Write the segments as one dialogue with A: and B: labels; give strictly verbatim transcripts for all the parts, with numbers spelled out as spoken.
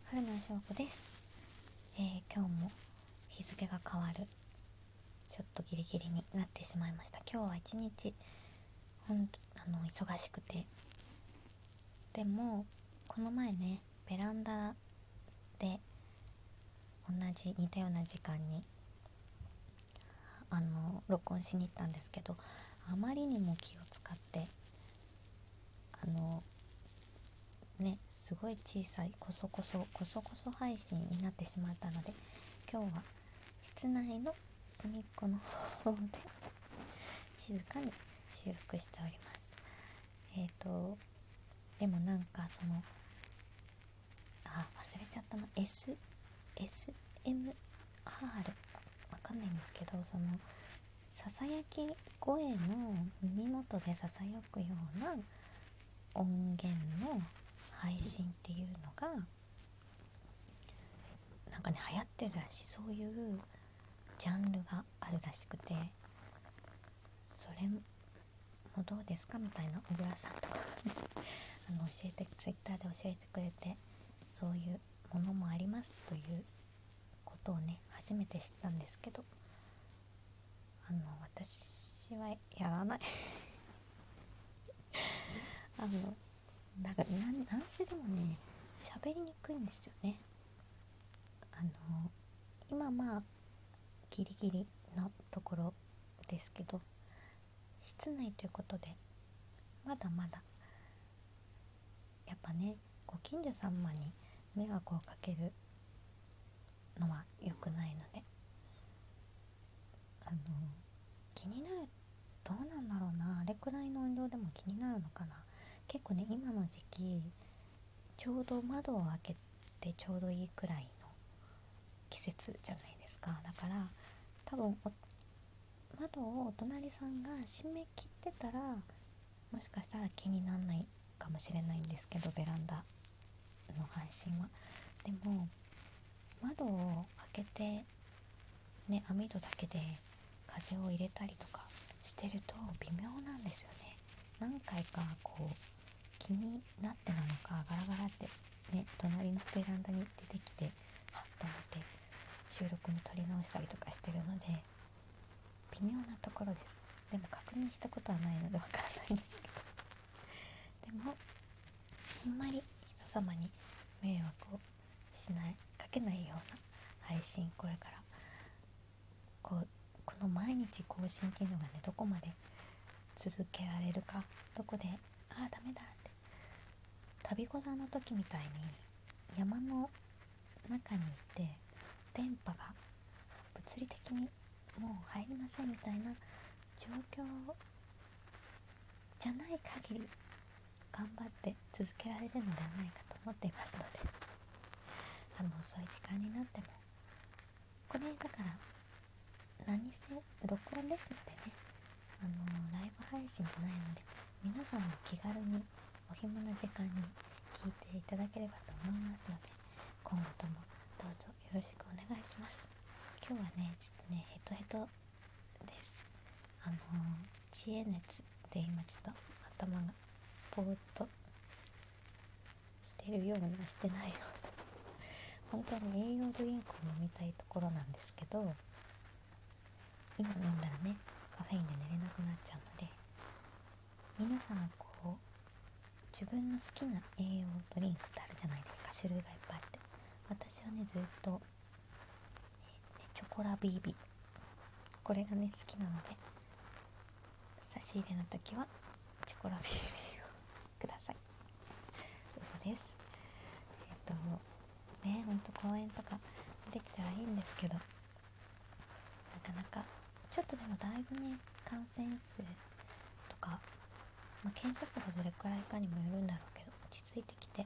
A: 春名翔子です、えー、今日も日付が変わるちょっとギリギリになってしまいました。今日は一日ほんあの忙しくて、でもこの前ねベランダで同じ似たような時間にあの録音しに行ったんですけど、あまりにも気を使ってあのねすごい小さいコソコソコソコソ配信になってしまったので、今日は室内の隅っこの方で静かに収録しております。えっ、ー、とでもなんかそのあ忘れちゃったな S S M R わかんないんですけど、そのささやき声の耳元でささやくような音源の配信っていうのがなんかね流行ってるらしい。そういうジャンルがあるらしくて、それもどうですかみたいな小倉さんとかあの教えてツイッターで教えてくれて、そういうものもありますということをね初めて知ったんですけど、あの私はやらないあのなんかなんなんせでもね喋りにくいんですよね。あの今まあギリギリのところですけど、室内ということでまだまだやっぱねご近所様に迷惑をかけるのは良くないので、あの気になる、どうなんだろうな、あれくらいの運動でも気になるのかな。結構ね今の時期ちょうど窓を開けてちょうどいいくらいの季節じゃないですか。だから多分窓をお隣さんが閉め切ってたらもしかしたら気にならないかもしれないんですけど、ベランダの配信は。でも窓を開けてね網戸だけで風を入れたりとかしてると微妙なんですよね。何回かこう気になってなのかガラガラってね隣のベランダに出てきてはっと思って収録に撮り直したりとかしてるので微妙なところです。でも確認したことはないのでわからないんですけど、でもあんまり人様に迷惑をしないかけないような配信これからこうこの毎日更新っていうのがねどこまで続けられるか、どこでああダメだって旅ご座の時みたいに山の中に行って電波が物理的にもう入りませんみたいな状況じゃない限り頑張って続けられるのではないかと思っていますので、あの遅い時間になってもこれだから何せ録音ですのでね、あのライブ配信じゃないので皆さんも気軽にお暇な時間に聞いていただければと思いますので、今後ともどうぞよろしくお願いします。今日はねちょっとねヘトヘトです。あの知恵熱で今ちょっと頭がぼーっとしてるようなしてないような本当はね栄養ドリンクを飲みたいところなんですけど、今飲んだらねカフェインで寝れなくなっちゃうので、皆さんこう自分の好きな栄養ドリンクってあるじゃないですか。種類がいっぱいあって、私はねずっと、えー、チョコラ ビービー これがね好きなので差し入れの時はチョコラ ビービー をください。嘘です。えっ、ー、とねほんと公園とかできたらいいんですけど、なかなかちょっとでもだいぶね感染数とか、まあ、検査数がどれくらいかにもよるんだろうけど落ち着いてきて、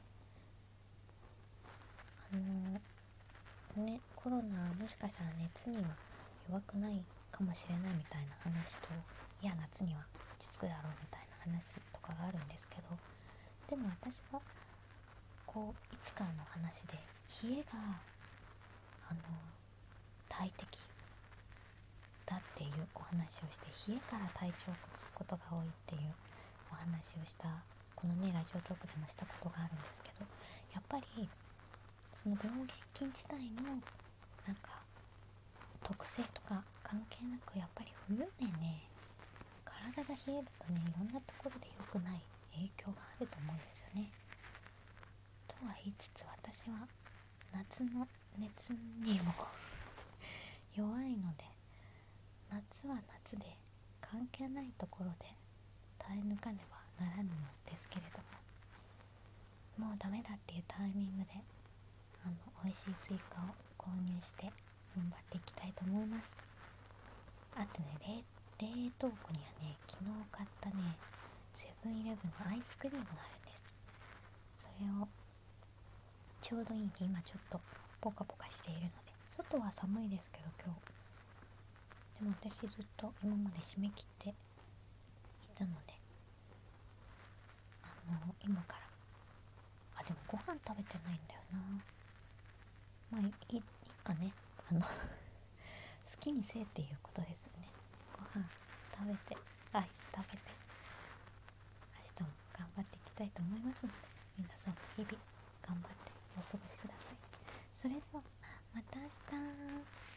A: あのー、ねコロナもしかしたら熱には弱くないかもしれないみたいな話と、いや夏には落ち着くだろうみたいな話とかがあるんですけど、でも私はこういつからの話で冷えがあの大敵だっていうお話をして、冷えから体調を崩すことが多いっていうお話をしたこのねラジオトークでもしたことがあるんですけど、やっぱりその病原菌自体のなんか特性とか関係なく、やっぱり冬でね体が冷えるとね、いろんなところで良くない影響があると思うんですよね。とは言いつつ、私は夏の熱にも弱いので、夏は夏で関係ないところで耐え抜かねばならぬのですけれども、もうダメだっていうタイミングであの美味しいスイカを購入して頑張っていきたいと思います。あとね、冷冷凍庫にはね、昨日買ったねセブンイレブンのアイスクリームがあるんです。それをちょうどいいね、今ちょっとポカポカしているので、外は寒いですけど今日でも私ずっと今まで締め切っていたので、あの今からあでもご飯食べてないんだよな。まあいいいいかね、あの好きにせえっていうことですよね。ご飯食べてアイス食べて明日も頑張っていきたいと思いますので、皆さんも日々頑張ってお過ごしください。それではまた明日。